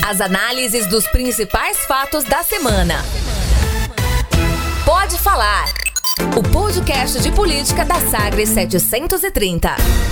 As análises dos principais fatos da semana. Pode Falar, o podcast de política da Sagres 730.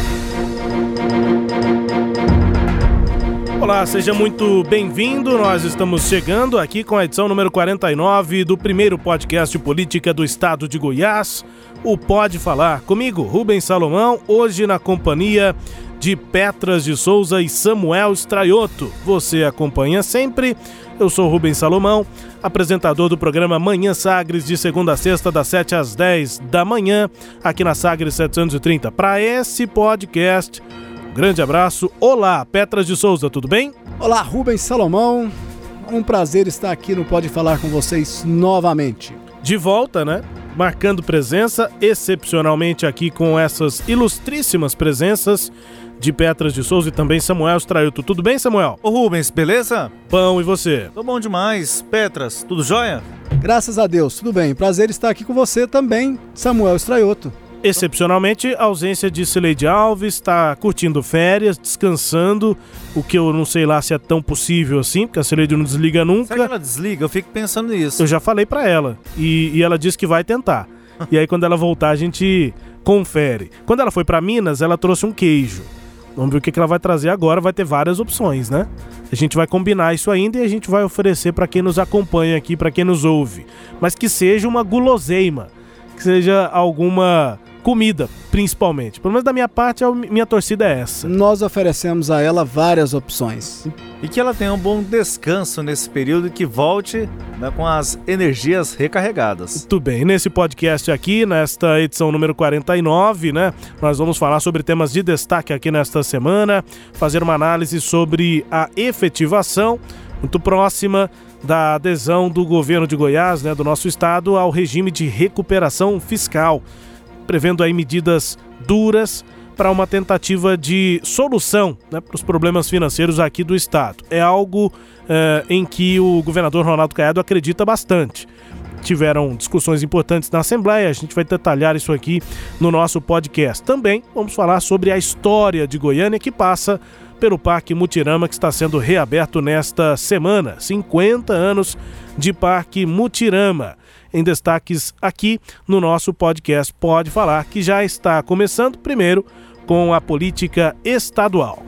Olá, seja muito bem-vindo. Nós estamos chegando aqui com a edição número 49 do primeiro podcast de política do estado de Goiás, o Pode Falar. Comigo, Rubens Salomão, hoje na companhia de Petras de Souza e Samuel Straiotto. Você acompanha sempre. Eu sou Rubens Salomão, apresentador do programa Manhã Sagres, de segunda a sexta, das 7 às 10 da manhã, aqui na Sagres 730. Para esse podcast, um grande abraço. Olá, Petras de Souza, tudo bem? Olá, Rubens Salomão. Um prazer estar aqui no Pode Falar com vocês novamente. De volta, né? Marcando presença, excepcionalmente aqui com essas ilustríssimas presenças de Petras de Souza e também Samuel Straiotto. Tudo bem, Samuel? Ô Rubens, beleza? Bom, e você? Tô bom demais. Petras, tudo jóia? Graças a Deus, tudo bem. Prazer estar aqui com você também, Samuel Straiotto. Excepcionalmente, a ausência de Cileide Alves, está curtindo férias, descansando, o que eu não sei lá se é tão possível assim, porque a Cileide não desliga nunca. Será que ela desliga? Eu fico pensando nisso. Eu já falei pra ela, e ela disse que vai tentar. E aí quando ela voltar a gente confere. Quando ela foi pra Minas, ela trouxe um queijo. Vamos ver o que ela vai trazer agora, vai ter várias opções, né? A gente vai combinar isso ainda e a gente vai oferecer pra quem nos acompanha aqui, pra quem nos ouve. Mas que seja uma guloseima, que seja alguma comida, principalmente. Pelo menos da minha parte, minha torcida é essa. Nós oferecemos a ela várias opções. E que ela tenha um bom descanso nesse período e que volte, né, com as energias recarregadas. Muito bem. Nesse podcast aqui, nesta edição número 49, né, nós vamos falar sobre temas de destaque aqui nesta semana, fazer uma análise sobre a efetivação muito próxima da adesão do governo de Goiás, né, do nosso estado, ao regime de recuperação fiscal, prevendo aí medidas duras para uma tentativa de solução, né, para os problemas financeiros aqui do estado. É algo em que o governador Ronaldo Caiado acredita bastante. Tiveram discussões importantes na Assembleia, a gente vai detalhar isso aqui no nosso podcast. Também vamos falar sobre a história de Goiânia, que passa pelo Parque Mutirama, que está sendo reaberto nesta semana. 50 anos de Parque Mutirama. Em destaques aqui no nosso podcast Pode Falar, que já está começando primeiro com a política estadual.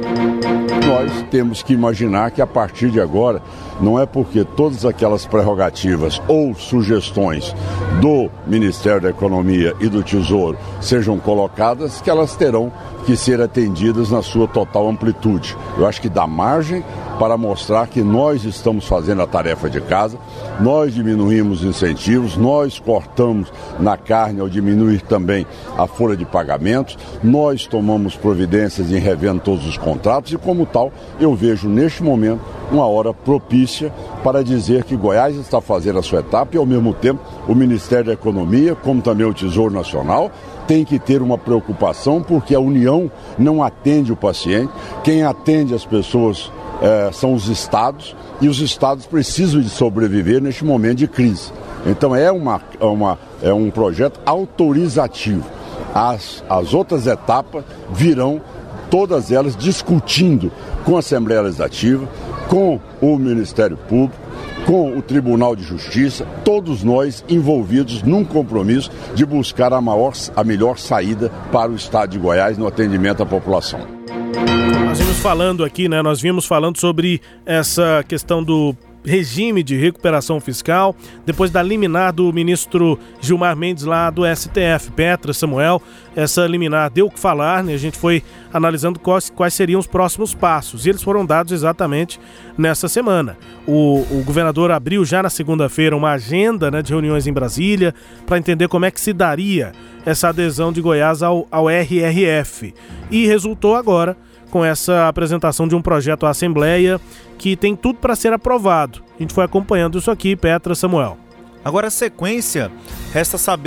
Nós temos que imaginar que a partir de agora, não é porque todas aquelas prerrogativas ou sugestões do Ministério da Economia e do Tesouro sejam colocadas, que elas terão que ser atendidas na sua total amplitude. Eu acho que dá margem para mostrar que nós estamos fazendo a tarefa de casa, nós diminuímos incentivos, nós cortamos na carne ao diminuir também a folha de pagamentos, nós tomamos providências em revendo todos os contratos e, como tal, eu vejo neste momento uma hora propícia para dizer que Goiás está fazendo a sua etapa e, ao mesmo tempo, o Ministério da Economia, como também o Tesouro Nacional, tem que ter uma preocupação, porque a União não atende o paciente, quem atende as pessoas são os estados, e os estados precisam de sobreviver neste momento de crise. Então é um projeto autorizativo. As outras etapas virão, todas elas discutindo com a Assembleia Legislativa, com o Ministério Público, com o Tribunal de Justiça, todos nós envolvidos num compromisso de buscar a melhor saída para o estado de Goiás no atendimento à população. Nós vimos falando aqui, né? Nós vimos falando sobre essa questão do regime de recuperação fiscal, depois da liminar do ministro Gilmar Mendes lá do STF. Petra, Samuel, essa liminar deu o que falar, né? A gente foi analisando quais seriam os próximos passos, e eles foram dados exatamente nessa semana. O governador abriu já na segunda-feira uma agenda, né, de reuniões em Brasília para entender como é que se daria essa adesão de Goiás ao RRF, e resultou agora com essa apresentação de um projeto à Assembleia que tem tudo para ser aprovado. A gente foi acompanhando isso aqui, Petra, Samuel. Agora, a sequência, resta saber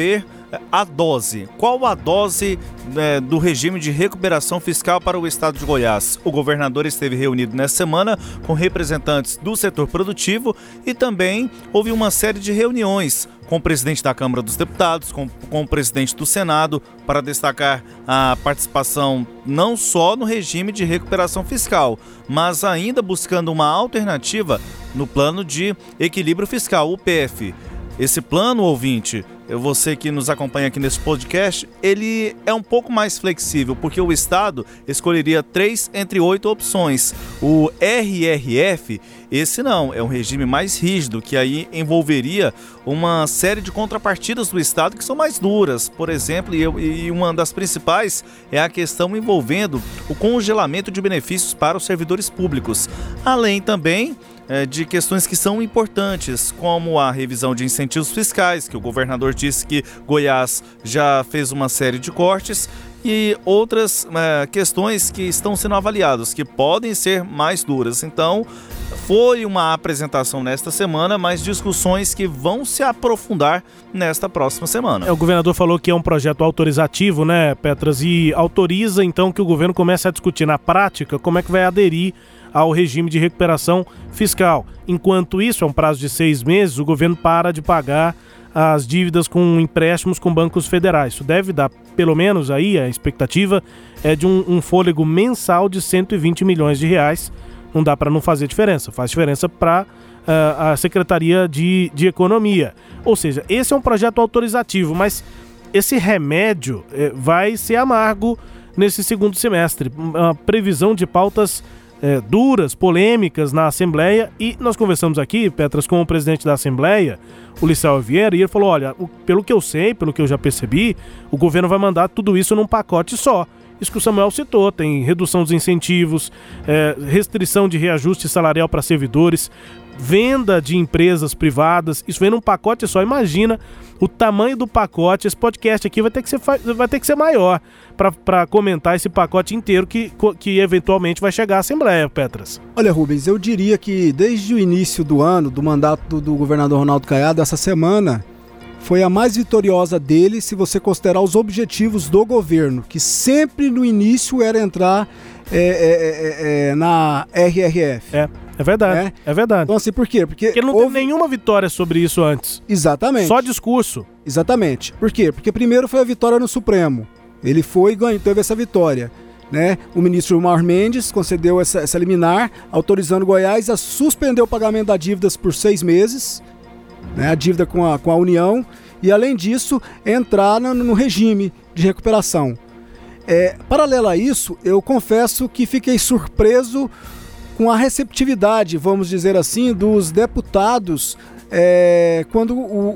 a dose. Qual a dose do regime de recuperação fiscal para o estado de Goiás? O governador esteve reunido nessa semana com representantes do setor produtivo e também houve uma série de reuniões com o presidente da Câmara dos Deputados, com o presidente do Senado, para destacar a participação não só no regime de recuperação fiscal, mas ainda buscando uma alternativa no plano de equilíbrio fiscal, o PF. Esse plano, ouvinte, você que nos acompanha aqui nesse podcast, ele é um pouco mais flexível, porque o Estado escolheria 3 entre 8 opções. O RRF, esse não, é um regime mais rígido, que aí envolveria uma série de contrapartidas do Estado que são mais duras. Por exemplo, e uma das principais é a questão envolvendo o congelamento de benefícios para os servidores públicos. Além também de questões que são importantes, como a revisão de incentivos fiscais, que o governador disse que Goiás já fez uma série de cortes, e outras questões que estão sendo avaliadas, que podem ser mais duras. Então, foi uma apresentação nesta semana, mas discussões que vão se aprofundar nesta próxima semana. O governador falou que é um projeto autorizativo, né, Petras, e autoriza então que o governo comece a discutir na prática como é que vai aderir ao regime de recuperação fiscal. Enquanto isso, é um prazo de 6 meses, o governo para de pagar as dívidas com empréstimos com bancos federais. Isso deve dar, pelo menos aí, a expectativa é de um fôlego mensal de 120 milhões de reais. Não dá para não fazer diferença, faz diferença para a Secretaria de Economia. Ou seja, esse é um projeto autorizativo, mas esse remédio vai ser amargo nesse segundo semestre. Uma previsão de pautas duras, polêmicas na Assembleia, e nós conversamos aqui, Petras, com o presidente da Assembleia, o Liceu Vieira, e ele falou, olha, pelo que eu sei, pelo que eu já percebi, o governo vai mandar tudo isso num pacote só. Isso que o Samuel citou, tem redução dos incentivos, restrição de reajuste salarial para servidores, venda de empresas privadas, isso vem num pacote só. Imagina o tamanho do pacote. Esse podcast aqui vai ter que ser maior para comentar esse pacote inteiro que eventualmente vai chegar à Assembleia, Petras. Olha, Rubens, eu diria que desde o início do ano, do mandato do governador Ronaldo Caiado, essa semana foi a mais vitoriosa dele, se você considerar os objetivos do governo, que sempre no início era entrar na RRF. É verdade, é verdade. Então assim, por quê? Porque ele não teve nenhuma vitória sobre isso antes. Exatamente. Só discurso. Exatamente. Por quê? Porque primeiro foi a vitória no Supremo. Ele foi e ganhou, teve essa vitória. Né? O ministro Gilmar Mendes concedeu essa liminar, autorizando Goiás a suspender o pagamento das dívidas por 6 meses, né? A dívida com a União, e além disso, entrar no regime de recuperação. Paralelo a isso, eu confesso que fiquei surpreso com a receptividade, vamos dizer assim, dos deputados quando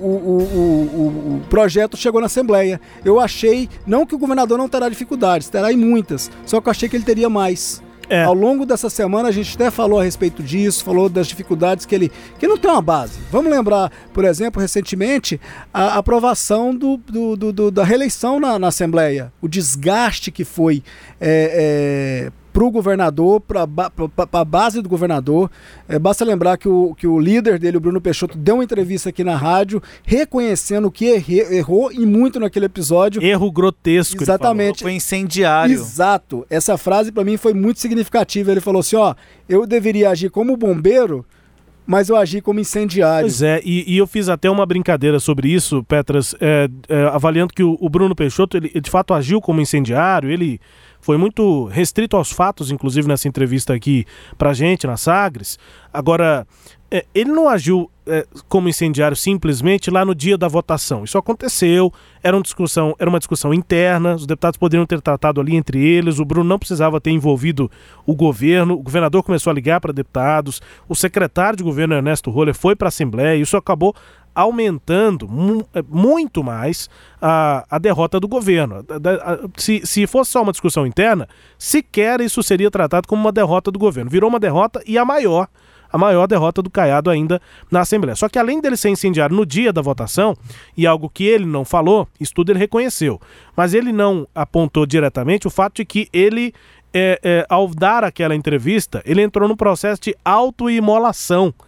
o projeto chegou na Assembleia. Eu achei, não que o governador não terá dificuldades, terá muitas, só que eu achei que ele teria mais. Ao longo dessa semana a gente até falou a respeito disso, falou das dificuldades que não tem uma base. Vamos lembrar, por exemplo, recentemente, a aprovação da reeleição na Assembleia, o desgaste que foi para o governador, para a base do governador. Basta lembrar que o líder dele, o Bruno Peixoto, deu uma entrevista aqui na rádio, reconhecendo que errou e muito naquele episódio. Erro grotesco. Exatamente. Foi incendiário. Exato. Essa frase para mim foi muito significativa. Ele falou assim, eu deveria agir como bombeiro, mas eu agi como incendiário. Pois é, e eu fiz até uma brincadeira sobre isso, Petras, avaliando que o Bruno Peixoto, ele de fato agiu como incendiário, ele foi muito restrito aos fatos, inclusive nessa entrevista aqui pra gente, na Sagres. Agora, ele não agiu como incendiário simplesmente lá no dia da votação. Isso aconteceu, era uma discussão interna, os deputados poderiam ter tratado ali entre eles, o Bruno não precisava ter envolvido o governo, o governador começou a ligar para deputados, o secretário de governo, Ernesto Roller, foi para a Assembleia, e isso acabou aumentando muito mais a derrota do governo. Se fosse só uma discussão interna, sequer isso seria tratado como uma derrota do governo. Virou uma derrota, e a maior derrota do Caiado ainda na Assembleia. Só que além dele ser incendiário no dia da votação, e algo que ele não falou, isso tudo ele reconheceu, mas ele não apontou diretamente o fato de que ele, ao dar aquela entrevista, ele entrou num processo de autoimolação,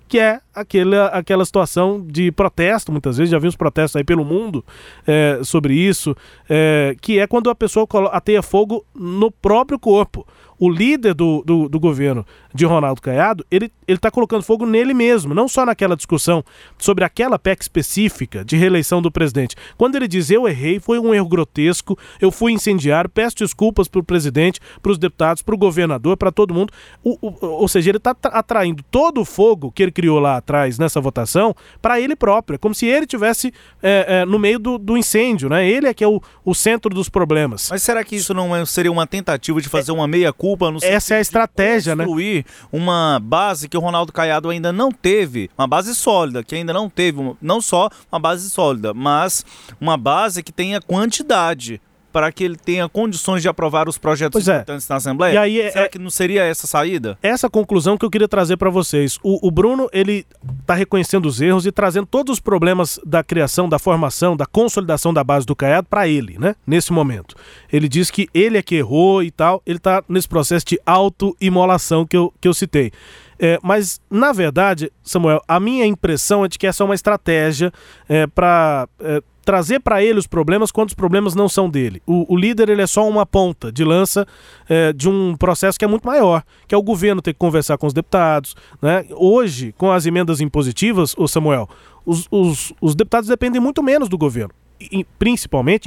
que é aquela situação de protesto, muitas vezes, já vimos protestos aí pelo mundo sobre isso, que é quando a pessoa ateia fogo no próprio corpo. O líder do governo de Ronaldo Caiado, ele está colocando fogo nele mesmo, não só naquela discussão sobre aquela PEC específica de reeleição do presidente. Quando ele diz, eu errei, foi um erro grotesco, eu fui incendiário, peço desculpas para o presidente, para os deputados, para o governador, para todo mundo. Ou seja, ele está atraindo todo o fogo que ele criou lá atrás nessa votação para ele próprio. É como se ele estivesse no meio do incêndio, né? Ele é que é o centro dos problemas. Mas será que isso não seria uma tentativa de fazer uma meia-culpa? Essa é a estratégia, né? Construir uma base que o Ronaldo Caiado ainda não teve, uma base sólida, que ainda não teve, não só uma base sólida, mas uma base que tenha quantidade, para que ele tenha condições de aprovar os projetos importantes na Assembleia? E aí, será que não seria essa saída? Essa conclusão que eu queria trazer para vocês. O Bruno, ele está reconhecendo os erros e trazendo todos os problemas da criação, da formação, da consolidação da base do Caiado para ele, né? Nesse momento. Ele diz que ele é que errou e tal, ele está nesse processo de autoimolação que eu citei. Mas, na verdade, Samuel, a minha impressão é de que essa é uma estratégia para trazer para ele os problemas quando os problemas não são dele. O líder, ele é só uma ponta de lança de um processo que é muito maior, que é o governo ter que conversar com os deputados, né? Hoje, com as emendas impositivas, Samuel, os deputados dependem muito menos do governo. Principalmente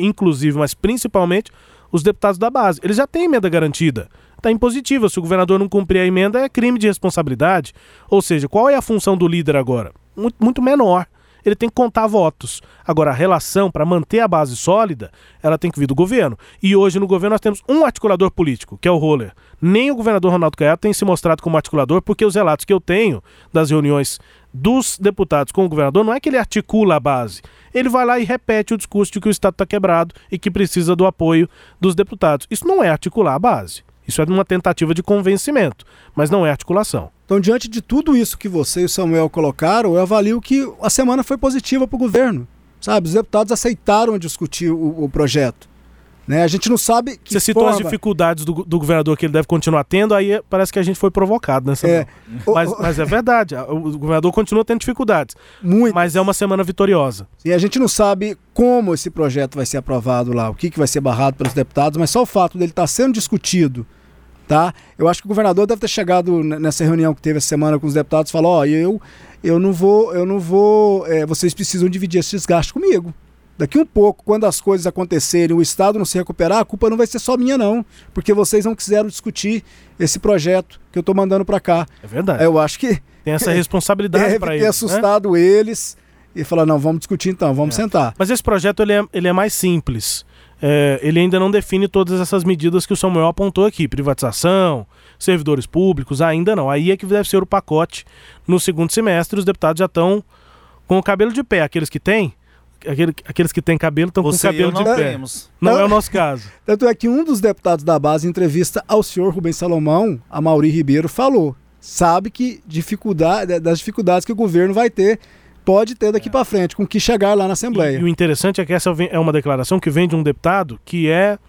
os deputados da base. Eles já têm emenda garantida. Está impositiva. Se o governador não cumprir a emenda, é crime de responsabilidade. Ou seja, qual é a função do líder agora? Muito menor. Ele tem que contar votos. Agora, a relação para manter a base sólida, ela tem que vir do governo. E hoje no governo nós temos um articulador político, que é o Roller. Nem o governador Ronaldo Caiado tem se mostrado como articulador, porque os relatos que eu tenho das reuniões dos deputados com o governador não é que ele articula a base. Ele vai lá e repete o discurso de que o Estado está quebrado e que precisa do apoio dos deputados. Isso não é articular a base. Isso é uma tentativa de convencimento, mas não é articulação. Então, diante de tudo isso que você e o Samuel colocaram, eu avalio que a semana foi positiva para o governo. Sabe? Os deputados aceitaram discutir o projeto. Né? A gente não sabe que você citou as dificuldades do governador que ele deve continuar tendo, aí parece que a gente foi provocado nessa mas é verdade, o governador continua tendo dificuldades. Muito. Mas é uma semana vitoriosa. E a gente não sabe como esse projeto vai ser aprovado lá, o que vai ser barrado pelos deputados, mas só o fato dele estar sendo discutido, tá? Eu acho que o governador deve ter chegado nessa reunião que teve essa semana com os deputados e falou, eu não vou, vocês precisam dividir esse desgaste comigo. Daqui um pouco, quando as coisas acontecerem, o Estado não se recuperar, a culpa não vai ser só minha não, porque vocês não quiseram discutir esse projeto que eu estou mandando para cá. É verdade. Eu acho que tem essa responsabilidade para eles. Deve ter assustado eles e falar, não, vamos discutir então, vamos sentar. Mas esse projeto ele é mais simples. Ele ainda não define todas essas medidas que o Samuel apontou aqui, privatização, servidores públicos, ainda não. Aí é que deve ser o pacote no segundo semestre, os deputados já estão com o cabelo de pé, aqueles que têm cabelo estão com o cabelo de pé. Temos. Não é o nosso caso. Tanto é que um dos deputados da base, em entrevista ao senhor Rubens Salomão, a Mauri Ribeiro, falou, sabe que das dificuldades que o governo vai ter, pode ter daqui para frente, com o que chegar lá na Assembleia. E o interessante é que essa é uma declaração que vem de um deputado que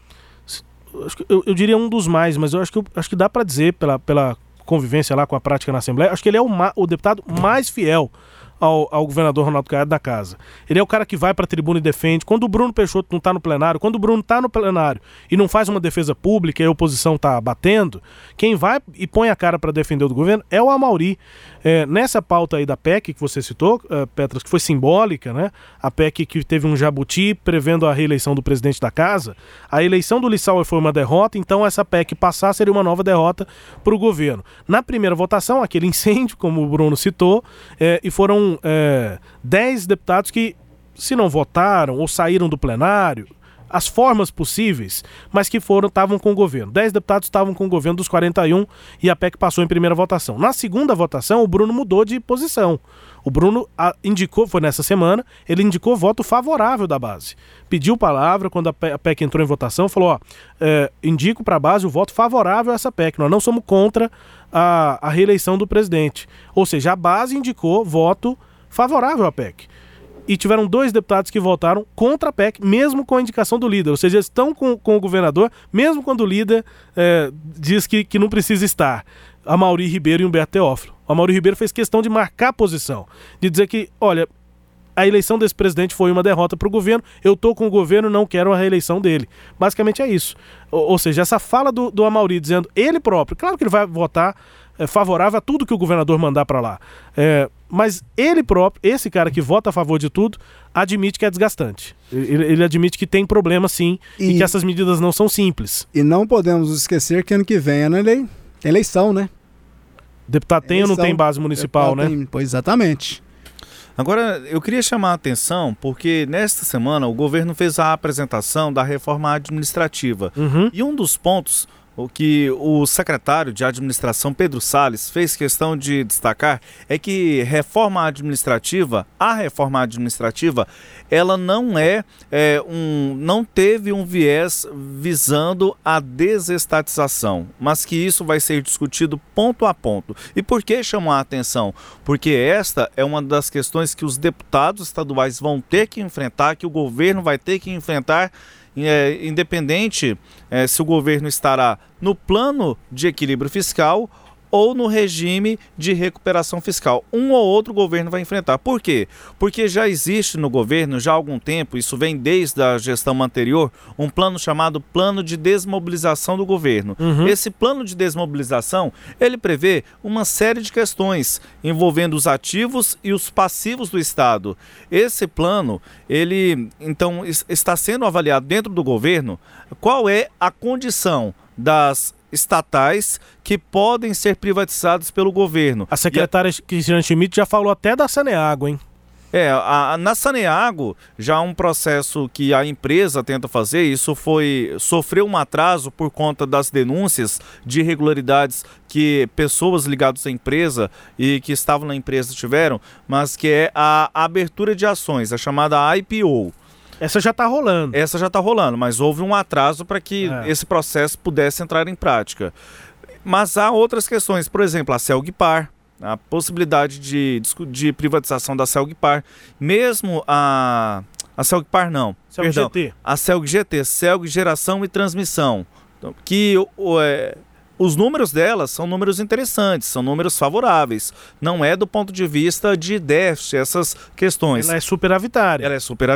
eu diria um dos mais, mas eu acho que dá para dizer, pela convivência lá com a prática na Assembleia, acho que ele é o deputado mais fiel ao governador Ronaldo Caiado da casa. Ele é o cara que vai para a tribuna e defende. Quando o Bruno Peixoto não está no plenário, quando o Bruno está no plenário e não faz uma defesa pública e a oposição está batendo, quem vai e põe a cara para defender o do governo é o Amauri. Nessa pauta aí da PEC que você citou, Petras, que foi simbólica, né? A PEC que teve um jabuti prevendo a reeleição do presidente da casa, a eleição do Lissauer foi uma derrota, então essa PEC passar seria uma nova derrota para o governo. Na primeira votação, aquele incêndio, como o Bruno citou, e foram 10 deputados que, se não votaram ou saíram do plenário, as formas possíveis, mas que estavam com o governo. 10 deputados estavam com o governo dos 41 e a PEC passou em primeira votação. Na segunda votação, o Bruno mudou de posição. O Bruno indicou, foi nessa semana, ele indicou voto favorável da base. Pediu palavra quando a PEC entrou em votação, falou, indico para a base o voto favorável a essa PEC. Nós não somos contra a reeleição do presidente. Ou seja, a base indicou voto favorável à PEC. E tiveram 2 deputados que votaram contra a PEC, mesmo com a indicação do líder. Ou seja, eles estão com o governador, mesmo quando o líder diz que não precisa estar. Amauri Ribeiro e Humberto Teófilo. O Amaury Ribeiro fez questão de marcar a posição, de dizer que, olha, a eleição desse presidente foi uma derrota para o governo, eu estou com o governo, não quero a reeleição dele. Basicamente é isso. Ou seja, essa fala do Amaury dizendo ele próprio, claro que ele vai votar favorável a tudo que o governador mandar para lá, mas ele próprio, esse cara que vota a favor de tudo, admite que é desgastante. Ele admite que tem problema sim e que essas medidas não são simples. E não podemos esquecer que ano que vem é eleição, né? Deputado tem ou não tem base municipal, né? Pois exatamente. Agora, eu queria chamar a atenção porque nesta semana o governo fez a apresentação da reforma administrativa. E um dos pontos o que o secretário de administração, Pedro Salles, fez questão de destacar é que a reforma administrativa, ela não não teve um viés visando a desestatização, mas que isso vai ser discutido ponto a ponto. E por que chamou a atenção? Porque esta é uma das questões que os deputados estaduais vão ter que enfrentar, que o governo vai ter que enfrentar, independente se o governo estará no plano de equilíbrio fiscal ou no regime de recuperação fiscal. Um ou outro governo vai enfrentar. Por quê? Porque já existe no governo, já há algum tempo, isso vem desde a gestão anterior, um plano chamado Plano de Desmobilização do Governo. Esse plano de desmobilização, ele prevê uma série de questões envolvendo os ativos e os passivos do Estado. Esse plano, ele, então, está sendo avaliado dentro do governo qual é a condição das estatais que podem ser privatizadas pelo governo. A secretária Cristiane Schmidt já falou até da Saneago, hein? Na Saneago já há um processo que a empresa tenta fazer, isso sofreu um atraso por conta das denúncias de irregularidades que pessoas ligadas à empresa e que estavam na empresa tiveram, mas que é a abertura de ações, a chamada IPO. Essa já está rolando. Essa já está rolando, mas houve um atraso para que esse processo pudesse entrar em prática. Mas há outras questões, por exemplo, a Celgpar, a possibilidade de privatização da Celgpar, mesmo a Celgpar não, perdão, a CELG-GT, Celg Geração e Transmissão, que os números delas são números interessantes, são números favoráveis. Não é do ponto de vista de déficit, essas questões. Ela é superavitária.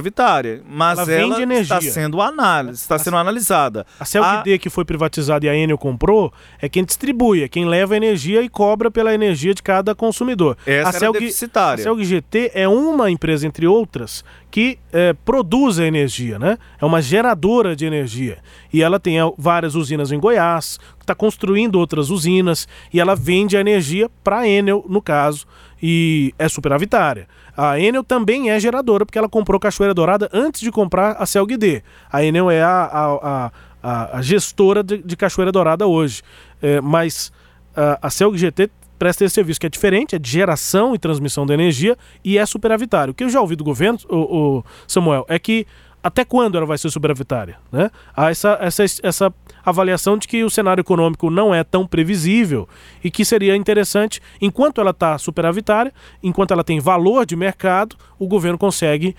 Mas ela está sendo analisada. A CELG-D que foi privatizada e a Enel comprou é quem distribui, é quem leva a energia e cobra pela energia de cada consumidor. Essa era deficitária. A CELG-GT é uma empresa, entre outras, que produz a energia, né? É uma geradora de energia. E ela tem várias usinas em Goiás, está construindo outras usinas, e ela vende a energia para a Enel, no caso, e é superavitária. A Enel também é geradora, porque ela comprou Cachoeira Dourada antes de comprar a CELG-D. A Enel é a gestora de Cachoeira Dourada hoje. Mas a CELG-GT presta esse serviço que é diferente, é de geração e transmissão de energia e é superavitário. O que eu já ouvi do governo, Samuel, é que até quando ela vai ser superavitária, né? Há essa avaliação de que o cenário econômico não é tão previsível e que seria interessante, enquanto ela está superavitária, enquanto ela tem valor de mercado, o governo consegue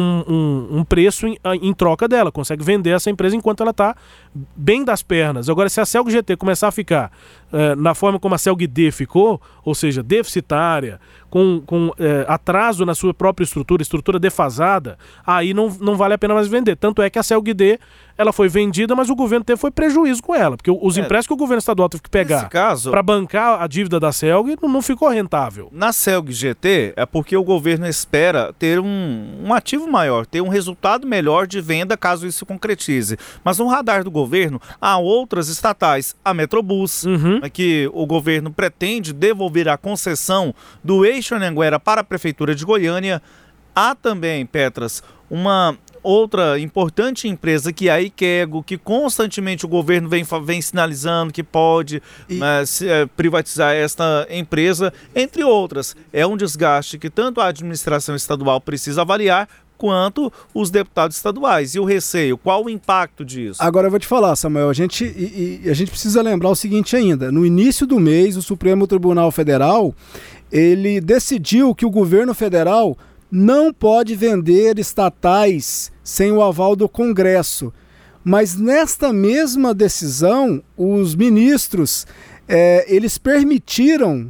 um preço em troca dela, consegue vender essa empresa enquanto ela está bem das pernas. Agora, se a CELG-GT começar a ficar na forma como a CELG-D ficou, ou seja, deficitária, com atraso na sua própria estrutura defasada, aí não vale a pena mais vender. Tanto é que a CELG-D ela foi vendida, mas o governo teve prejuízo com ela, porque os empréstimos que o governo estadual teve que pegar para bancar a dívida da CELG não ficou rentável. Na CELG-GT é porque o governo espera ter um ativo maior, ter um resultado melhor de venda caso isso se concretize. Mas no radar do governo há outras estatais, a Metrobus, que o governo pretende devolver a concessão do Eixo Anhanguera para a Prefeitura de Goiânia. Há também, Petras, uma outra importante empresa que é a Iquego, que constantemente o governo vem sinalizando que pode privatizar esta empresa, entre outras. É um desgaste que tanto a administração estadual precisa avaliar, quanto os deputados estaduais. E o receio, qual o impacto disso? Agora eu vou te falar, Samuel, a gente precisa lembrar o seguinte ainda. No início do mês, o Supremo Tribunal Federal, ele decidiu que o governo federal não pode vender estatais sem o aval do Congresso. Mas nesta mesma decisão, os ministros, eles permitiram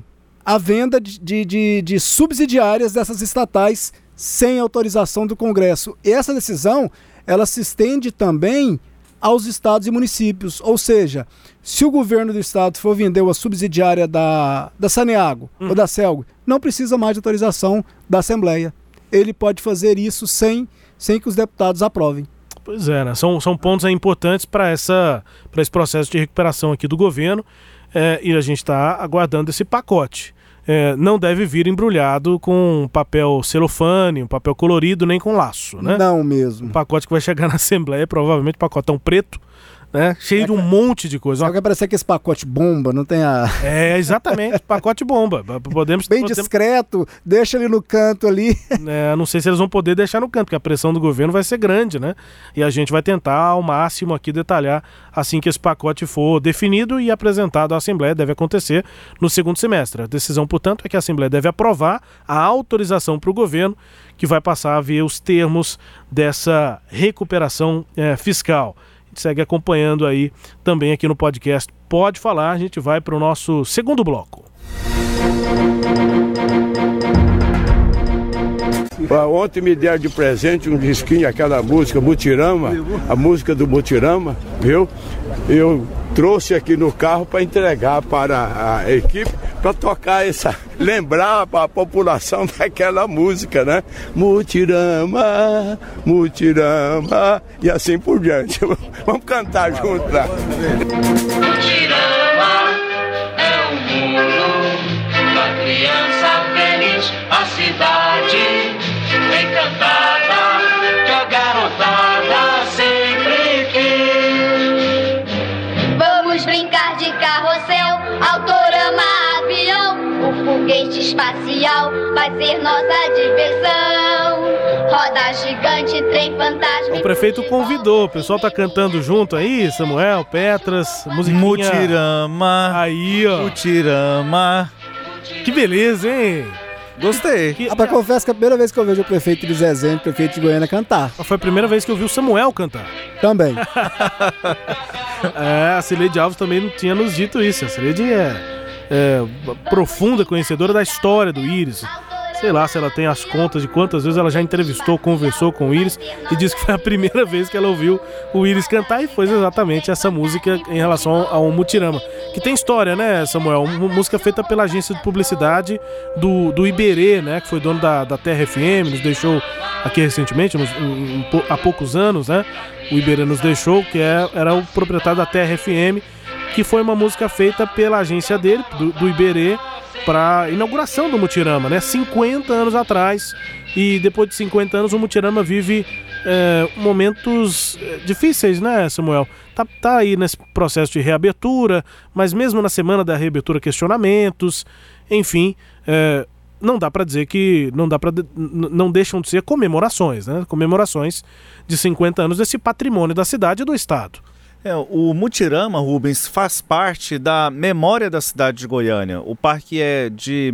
a venda de subsidiárias dessas estatais sem autorização do Congresso. E essa decisão, ela se estende também aos estados e municípios. Ou seja, se o governo do estado for vender uma subsidiária da Saneago ou da Celg, não precisa mais de autorização da Assembleia. Ele pode fazer isso sem que os deputados aprovem. Pois é, né? São pontos importantes para esse processo de recuperação aqui do governo, e a gente está aguardando esse pacote. Não deve vir embrulhado com papel celofane, um papel colorido, nem com laço, né? Não mesmo. Um pacote que vai chegar na Assembleia, provavelmente pacotão preto, né? Cheio de um monte de coisa. Só que vai parecer que esse pacote bomba, não tem a... Exatamente, pacote bomba. Podemos discreto, deixa ele no canto ali. Não sei se eles vão poder deixar no canto, porque a pressão do governo vai ser grande, né? E a gente vai tentar ao máximo aqui detalhar assim que esse pacote for definido e apresentado à Assembleia. Deve acontecer no segundo semestre. A decisão, portanto, é que a Assembleia deve aprovar a autorização para o governo, que vai passar a ver os termos dessa recuperação fiscal. Segue acompanhando aí também aqui no podcast Pode Falar. A gente vai para o nosso segundo bloco. Ontem me deram de presente um disquinho, aquela música Mutirama, a música do Mutirama, viu? Eu trouxe aqui no carro para entregar para a equipe, para tocar lembrar para a população daquela música, né? Mutirama, Mutirama, e assim por diante. Vamos cantar junto lá. Mutirama é o mundo da criança feliz, a cidade encantada que a garotada sempre quis. Vamos brincar de carrossel, autorama, avião, o foguete espacial vai ser nossa diversão. Roda gigante, trem fantasma. O prefeito convidou, o pessoal tá cantando junto aí, Samuel, Petras, musiquinha. Mutirama. Aí, ó. Mutirama. Que beleza, hein? Gostei. Mas confesso que é a primeira vez que eu vejo o prefeito de Zezé, o prefeito de Goiânia cantar. Foi a primeira vez que eu vi o Samuel cantar. Também. A Cileide Alves também não tinha nos dito isso. A Cileide é profunda conhecedora da história do Íris. Sei lá se ela tem as contas de quantas vezes ela já entrevistou, conversou com o Íris, e disse que foi a primeira vez que ela ouviu o Íris cantar, e foi exatamente essa música em relação ao Mutirama, que tem história, né, Samuel? Uma música feita pela agência de publicidade do Iberê, né, que foi dono da Terra FM, nos deixou aqui recentemente, há poucos anos, né? O Iberê nos deixou, que era o proprietário da Terra FM, que foi uma música feita pela agência dele, do Iberê, para inauguração do Mutirama, né? 50 anos atrás. E depois de 50 anos o Mutirama vive momentos difíceis, né, Samuel? Tá aí nesse processo de reabertura, mas mesmo na semana da reabertura, questionamentos, enfim, não dá para dizer que não deixam de ser comemorações, né? Comemorações de 50 anos desse patrimônio da cidade e do estado. O Mutirama, Rubens, faz parte da memória da cidade de Goiânia. O parque é de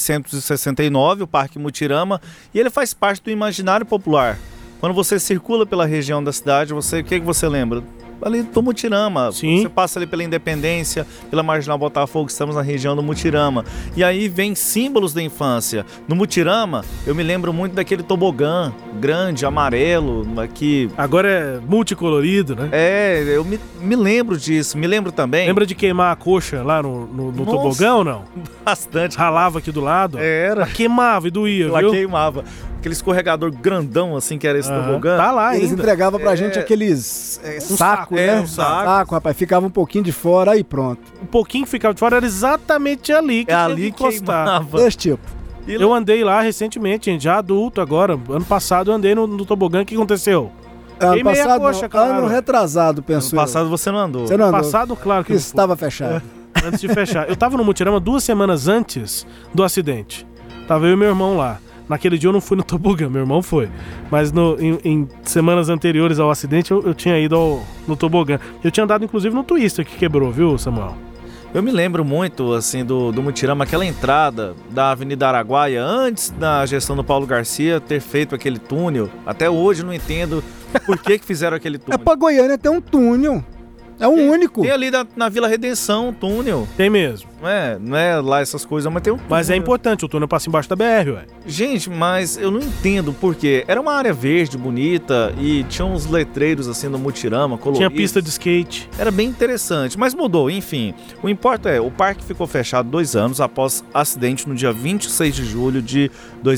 1969, o Parque Mutirama, e ele faz parte do imaginário popular. Quando você circula pela região da cidade, o que você lembra? Ali do Mutirama. Sim. Você passa ali pela Independência, pela Marginal Botafogo, estamos na região do Mutirama. E aí vem símbolos da infância. No Mutirama, eu me lembro muito daquele tobogã grande, amarelo, que... Agora é multicolorido, né? Eu me lembro disso. Me lembro também... Lembra de queimar a coxa lá no tobogã ou não? Bastante. Ralava aqui do lado? Era. Ela queimava e doía, Ela viu? queimava. Aquele escorregador grandão, assim, que era esse tobogã. Tá lá ainda. Eles entregavam pra gente aqueles saco, né? Um saco, rapaz. Ficava um pouquinho de fora, aí pronto. Um pouquinho que ficava de fora era exatamente ali que tinha que encostar. Queimava. Desse tipo. Eu andei lá recentemente, gente, já adulto agora. Ano passado eu andei no tobogã. O que aconteceu? Ano passado, coxa, claro. ano retrasado, penso Ano passado você não andou. Você não andou. Passado, claro que não foi. Estava fechado. Antes de fechar. Eu tava no Mutirama 2 semanas antes do acidente. Tava eu e meu irmão lá. Naquele dia eu não fui no tobogã, meu irmão foi. Mas em semanas anteriores ao acidente eu tinha ido no tobogã. Eu tinha andado inclusive no Twister que quebrou, viu, Samuel? Eu me lembro muito, assim, do Mutirama, aquela entrada da Avenida Araguaia, antes da gestão do Paulo Garcia ter feito aquele túnel. Até hoje eu não entendo por que fizeram aquele túnel. Pra Goiânia tem um túnel. É o único. Tem ali na Vila Redenção um túnel. Tem mesmo. Não é lá essas coisas, mas tem um túnel. Mas é importante, o túnel passa embaixo da BR, ué. Gente, mas eu não entendo por quê. Era uma área verde, bonita, e tinha uns letreiros assim no mutirama, coloridos. Tinha pista de skate. Era bem interessante, mas mudou, enfim. O importa o parque ficou fechado 2 anos após acidente no dia 26 de julho de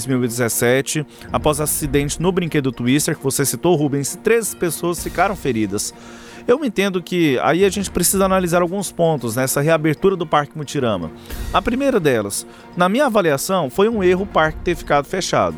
2017. Após acidente no brinquedo Twister, que você citou, Rubens, 13 pessoas ficaram feridas. Eu entendo que aí a gente precisa analisar alguns pontos nessa reabertura do Parque Mutirama. A primeira delas, na minha avaliação, foi um erro o parque ter ficado fechado.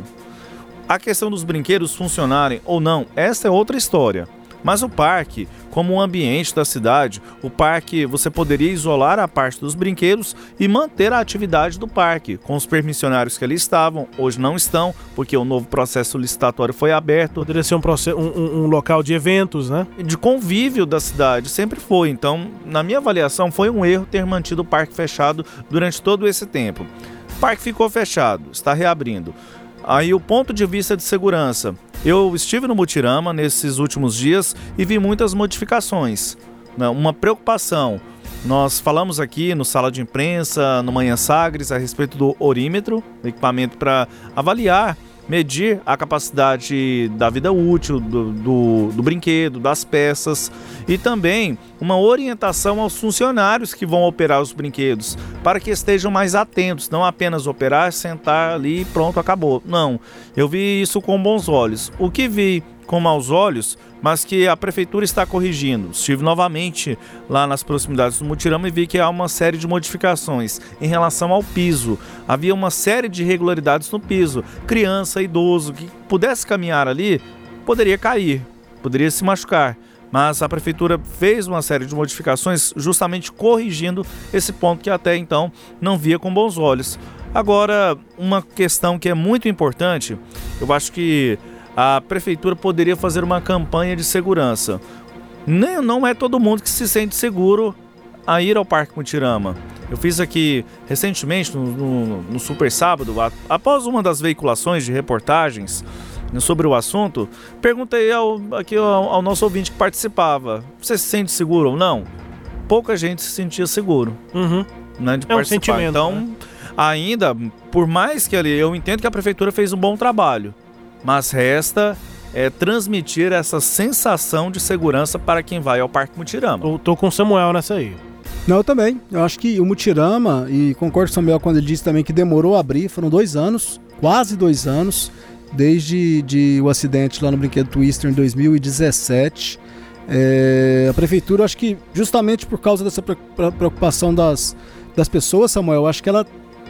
A questão dos brinquedos funcionarem ou não, essa é outra história. Mas o parque, como um ambiente da cidade, o parque você poderia isolar a parte dos brinquedos e manter a atividade do parque, com os permissionários que ali estavam, hoje não estão, porque o novo processo licitatório foi aberto. Poderia ser um local de eventos, né? De convívio da cidade, sempre foi. Então, na minha avaliação, foi um erro ter mantido o parque fechado durante todo esse tempo. O parque ficou fechado, está reabrindo. Aí o ponto de vista de segurança. Eu estive no Mutirama nesses últimos dias e vi muitas modificações, né? Uma preocupação. Nós falamos aqui no Sala de Imprensa, no Manhã Sagres, a respeito do orímetro, equipamento para avaliar, medir a capacidade da vida útil do brinquedo, das peças, e também uma orientação aos funcionários que vão operar os brinquedos, para que estejam mais atentos, não apenas operar, sentar ali e pronto, acabou. Não, eu vi isso com bons olhos. O que vi com maus olhos, mas que a prefeitura está corrigindo. Estive novamente lá nas proximidades do Mutirama e vi que há uma série de modificações em relação ao piso. Havia uma série de irregularidades no piso. Criança, idoso, que pudesse caminhar ali, poderia cair, poderia se machucar. Mas a prefeitura fez uma série de modificações justamente corrigindo esse ponto que até então não via com bons olhos. Agora, uma questão que é muito importante, eu acho que a prefeitura poderia fazer uma campanha de segurança. Não é todo mundo que se sente seguro a ir ao Parque Mutirama. Eu fiz aqui recentemente, no Super Sábado, após uma das veiculações de reportagens sobre o assunto, perguntei ao nosso ouvinte que participava: você se sente seguro ou não? Pouca gente se sentia seguro, né, de participar. Um sentimento, então, né? Ainda, por mais que ali, eu entendo que a prefeitura fez um bom trabalho, mas resta transmitir essa sensação de segurança para quem vai ao Parque Mutirama. Eu tô com o Samuel nessa aí. Não, eu também. Eu acho que o Mutirama, e concordo com o Samuel quando ele disse também que demorou a abrir, foram 2 anos, quase 2 anos, desde o acidente lá no Brinquedo Twister em 2017. A prefeitura, acho que justamente por causa dessa preocupação das pessoas, Samuel, acho que ela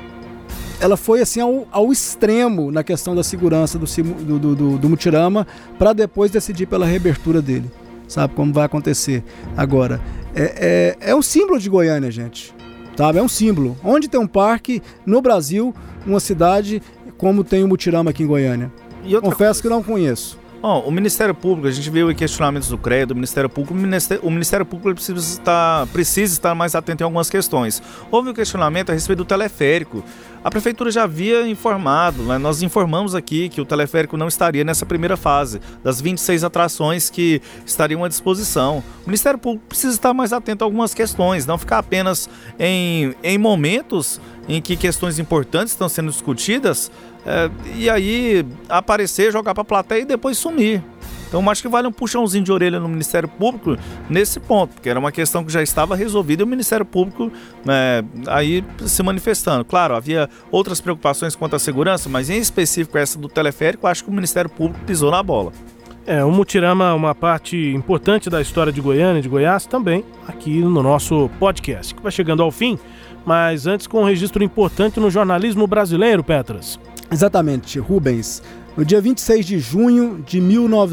foi assim ao extremo na questão da segurança do Mutirama, para depois decidir pela reabertura dele. Sabe como vai acontecer agora? É um símbolo de Goiânia, gente. Sabe? É um símbolo. Onde tem um parque no Brasil, uma cidade como tem o Mutirama aqui em Goiânia? Confesso que não conheço. O Ministério Público, a gente viu questionamentos do CREA, do Ministério Público. O Ministério Público precisa estar mais atento em algumas questões. Houve um questionamento a respeito do teleférico. A Prefeitura já havia informado, né? Nós informamos aqui que o teleférico não estaria nessa primeira fase, das 26 atrações que estariam à disposição. O Ministério Público precisa estar mais atento a algumas questões, não ficar apenas em momentos em que questões importantes estão sendo discutidas, e aí aparecer, jogar para a plateia e depois sumir. Então acho que vale um puxãozinho de orelha no Ministério Público nesse ponto, porque era uma questão que já estava resolvida e o Ministério Público aí se manifestando. Claro, havia outras preocupações quanto à segurança, mas em específico essa do teleférico, acho que o Ministério Público pisou na bola. O Mutirama é uma parte importante da história de Goiânia e de Goiás também, aqui no nosso podcast, que vai chegando ao fim, mas antes com um registro importante no jornalismo brasileiro, Petras. Exatamente, Rubens. No dia 26 de junho de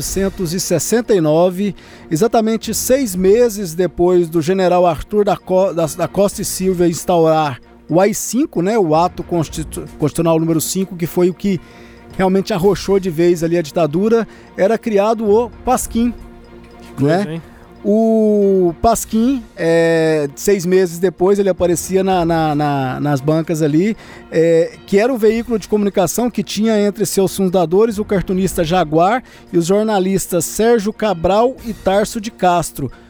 1969, exatamente 6 meses depois do general Arthur da Costa e Silva instaurar o AI-5, né, o ato constitucional número 5, que foi o que realmente arrochou de vez ali a ditadura, era criado o Pasquim, né? O Pasquim, 6 meses depois, ele aparecia nas bancas ali, que era um veículo de comunicação que tinha entre seus fundadores o cartunista Jaguar e os jornalistas Sérgio Cabral e Tarso de Castro.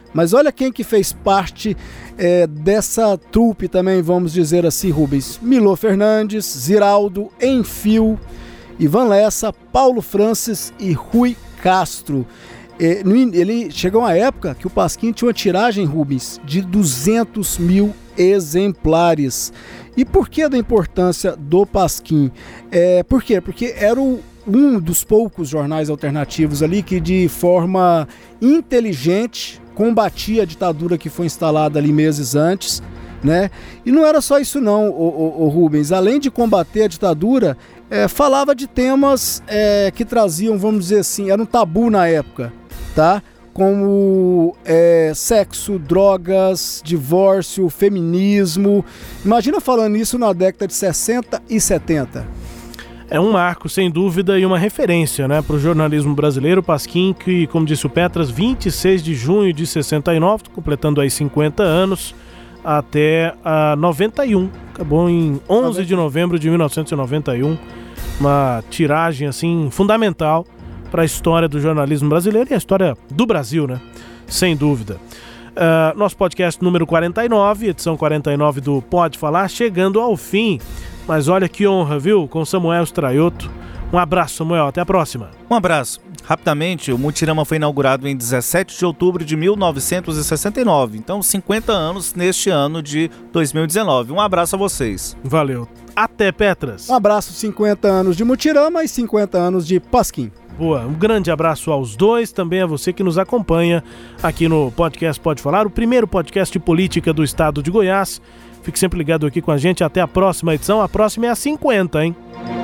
Mas olha quem que fez parte dessa trupe também, vamos dizer assim, Rubens. Milô Fernandes, Ziraldo, Enfio, Ivan Lessa, Paulo Francis e Rui Castro. Ele chegou uma época que o Pasquim tinha uma tiragem, Rubens, de 200 mil exemplares. E por que da importância do Pasquim? Por quê? Porque era um dos poucos jornais alternativos ali que de forma inteligente combatia a ditadura que foi instalada ali meses antes, né? E não era só isso não, o Rubens. Além de combater a ditadura, falava de temas que traziam, vamos dizer assim, era um tabu na época, tá? Como sexo, drogas, divórcio, feminismo. Imagina falando isso na década de 60 e 70. É um marco, sem dúvida, e uma referência, né, para o jornalismo brasileiro. Pasquim, que, como disse o Petras, 26 de junho de 69, completando aí 50 anos, até 91. Acabou em 11 de novembro de 1991. Uma tiragem, assim, fundamental para a história do jornalismo brasileiro e a história do Brasil, né? Sem dúvida. Nosso podcast número 49, edição 49 do Pode Falar, chegando ao fim. Mas olha que honra, viu? Com Samuel Straioto. Um abraço, Samuel. Até a próxima. Um abraço. Rapidamente, o Mutirama foi inaugurado em 17 de outubro de 1969. Então, 50 anos neste ano de 2019. Um abraço a vocês. Valeu. Até, Petras. Um abraço, 50 anos de Mutirama e 50 anos de Pasquim. Boa, um grande abraço aos dois, também a você que nos acompanha aqui no podcast Pode Falar, o primeiro podcast de política do estado de Goiás. Fique sempre ligado aqui com a gente, até a próxima edição, a próxima é a 50, hein?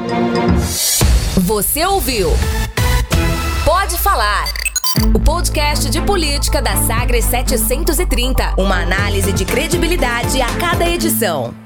Você ouviu Pode Falar, o podcast de política da Sagres 730, uma análise de credibilidade a cada edição.